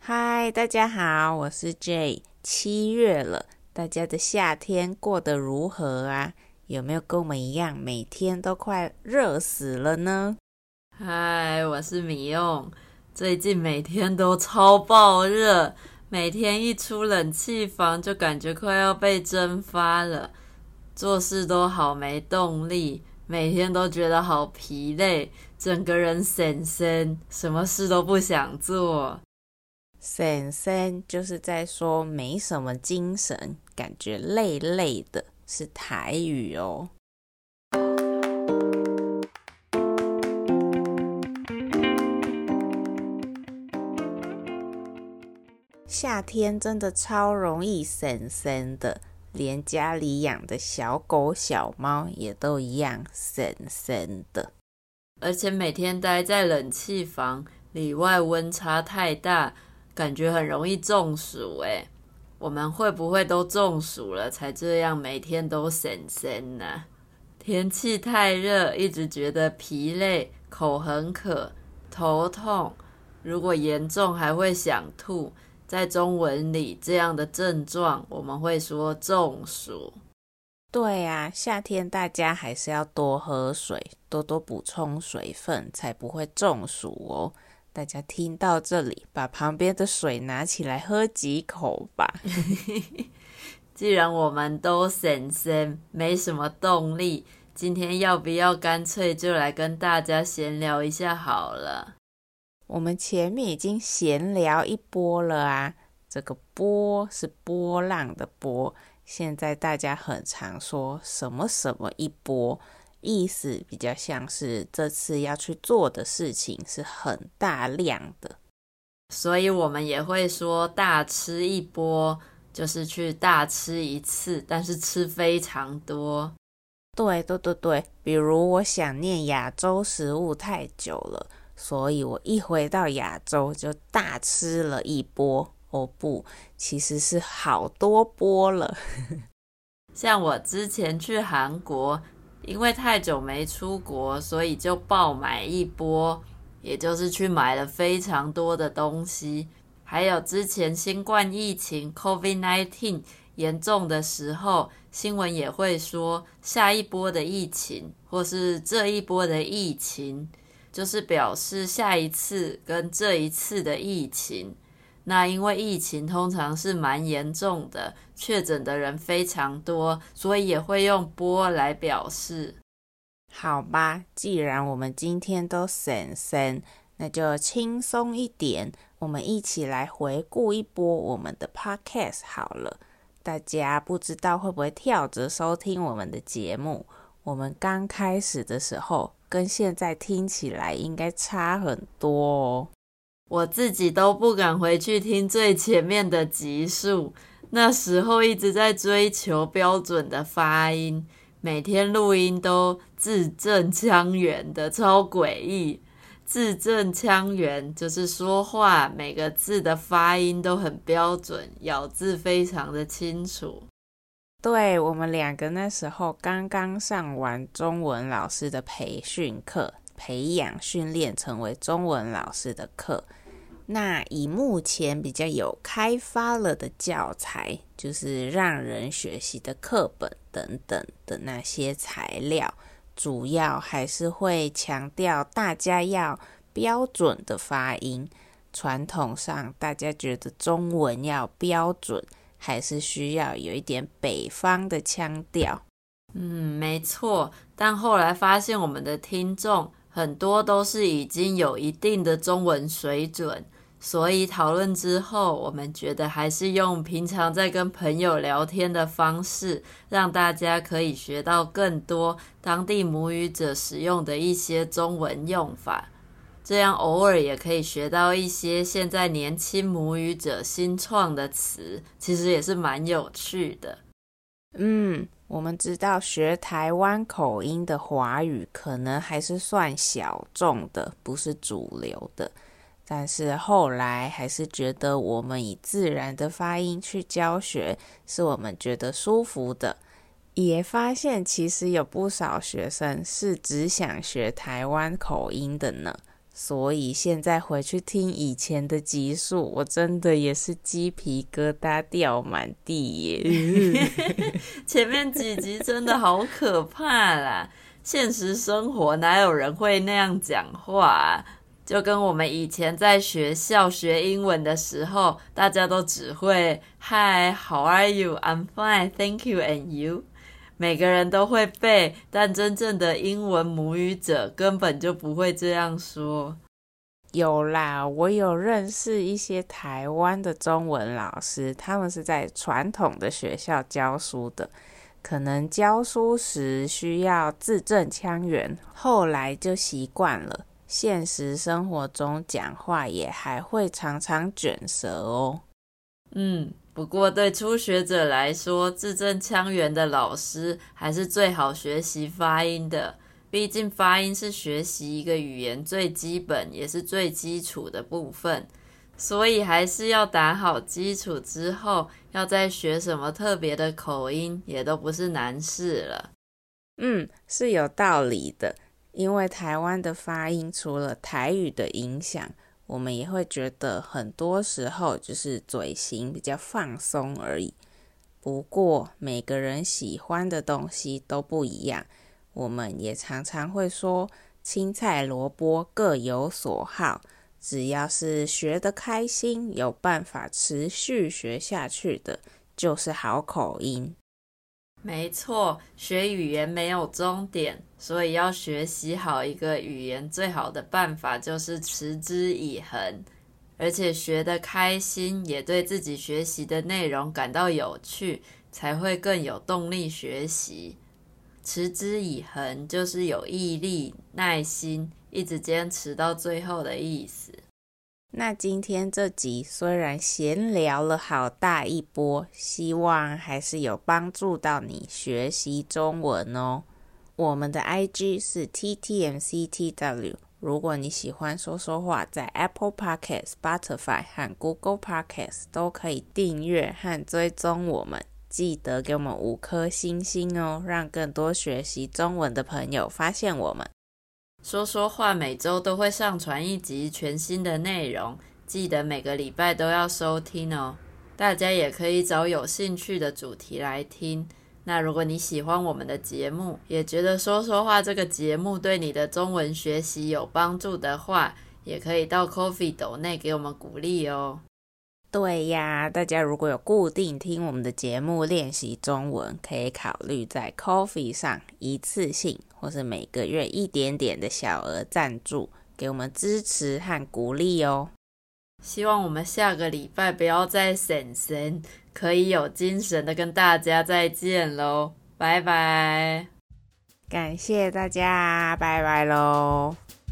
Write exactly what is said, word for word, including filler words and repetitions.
嗨，大家好，我是 J。七月了，大家的夏天过得如何啊？有没有跟我们一样，每天都快热死了呢？ 嗨，我是米用。最近每天都超爆热，每天一出冷气房就感觉快要被蒸发了，做事都好没动力，每天都觉得好疲累，整个人神神，什么事都不想做。 神神就是在说没什么精神，感觉累累的，是台语哦。夏天真的超容易神神的，连家里养的小狗小猫也都一样神神的。 而且每天待在冷气房，里外温差太大，感觉很容易中暑耶。我们会不会都中暑了才这样每天都神神呢？天气太热，一直觉得疲累，口很渴，头痛，如果严重还会想吐。在中文里，这样的症状我们会说中暑。 对啊，夏天大家还是要多喝水，多多补充水分，才不会中暑哦。大家听到这里，把旁边的水拿起来喝几口吧。 既然我们都神神，没什么动力，今天要不要干脆就来跟大家闲聊一下好了？ 我们前面已经闲聊一波了啊，这个波是波浪的波，现在大家很常说什么什么一波，意思比较像是这次要去做的事情是很大量的， 所以我们也会说大吃一波，就是去大吃一次，但是吃非常多。 对对对对，比如我想念亚洲食物太久了，所以我一回到亚洲就大吃了一波。哦不，其实是好多波了。 像我之前去韩国，因为太久没出国，所以就爆买一波，也就是去买了非常多的东西。还有之前新冠疫情 COVID 十九 严重的时候，新闻也会说下一波的疫情，或是这一波的疫情，就是表示下一次跟这一次的疫情。那因为疫情通常是蛮严重的，确诊的人非常多，所以也会用波来表示。 好吧，既然我们今天都神神，那就轻松一点，我们一起来回顾一波我们的 podcast 好了。大家不知道会不会跳着收听我们的节目，我们刚开始的时候跟现在听起来应该差很多哦。 我自己都不敢回去听最前面的集数，那时候一直在追求标准的发音，每天录音都字正腔圆的，超诡异。字正腔圆就是说话每个字的发音都很标准，咬字非常的清楚。 对，我们两个那时候刚刚上完中文老师的培训课，培养训练成为中文老师的课。那以目前比较有开发了的教材，就是让人学习的课本等等的那些材料，主要还是会强调大家要标准的发音。传统上大家觉得中文要标准，还是需要有一点北方的腔调。 嗯，没错，但后来发现我们的听众很多都是已经有一定的中文水准，所以讨论之后，我们觉得还是用平常在跟朋友聊天的方式，让大家可以学到更多当地母语者使用的一些中文用法，这样偶尔也可以学到一些现在年轻母语者新创的词，其实也是蛮有趣的。 嗯，我们知道学台湾口音的华语可能还是算小众的，不是主流的。但是后来还是觉得我们以自然的发音去教学，是我们觉得舒服的。也发现其实有不少学生是只想学台湾口音的呢， 所以现在回去听以前的集数，我真的也是鸡皮疙瘩掉满地耶。 前面几集真的好可怕啦，现实生活哪有人会那样讲话啊？就跟我们以前在学校学英文的时候，大家都只会 Hi, how are you? I'm fine, thank you, and you? 每个人都会背，但真正的英文母语者根本就不会这样说。 有啦，我有认识一些台湾的中文老师，他们是在传统的学校教书的，可能教书时需要字正腔圆，后来就习惯了。现实生活中讲话也还会常常卷舌哦。 嗯，不过对初学者来说，字正腔圆的老师还是最好学习发音的。毕竟发音是学习一个语言最基本也是最基础的部分，所以还是要打好基础之后，要再学什么特别的口音也都不是难事了。 嗯，是有道理的，因为台湾的发音除了台语的影响，我们也会觉得很多时候就是嘴型比较放松而已。不过每个人喜欢的东西都不一样，我们也常常会说青菜萝卜各有所好，只要是学得开心，有办法持续学下去的，就是好口音。 没错，学语言没有终点，所以要学习好一个语言，最好的办法就是持之以恒，而且学得开心，也对自己学习的内容感到有趣，才会更有动力学习。持之以恒就是有毅力、耐心，一直坚持到最后的意思。 那今天这集虽然闲聊了好大一波，希望还是有帮助到你学习中文哦。我们的 I G 是 T T M C T W， 如果你喜欢说说话，在 Apple Podcast、Spotify 和 Google Podcast 都可以订阅和追踪我们，记得给我们五颗星星哦，让更多学习中文的朋友发现我们。 说说话每周都会上传一集全新的内容，记得每个礼拜都要收听哦。大家也可以找有兴趣的主题来听。那如果你喜欢我们的节目，也觉得说说话这个节目对你的中文学习有帮助的话，也可以到 Ko-fi 斗内给我们鼓励哦。 对呀，大家如果有固定听我们的节目练习中文，可以考虑在 Ko-fi 上一次性或是每个月一点点的小额赞助，给我们支持和鼓励哦。 希望我们下个礼拜不要再神神，可以有精神的跟大家再见咯，拜拜。 感谢大家，拜拜咯。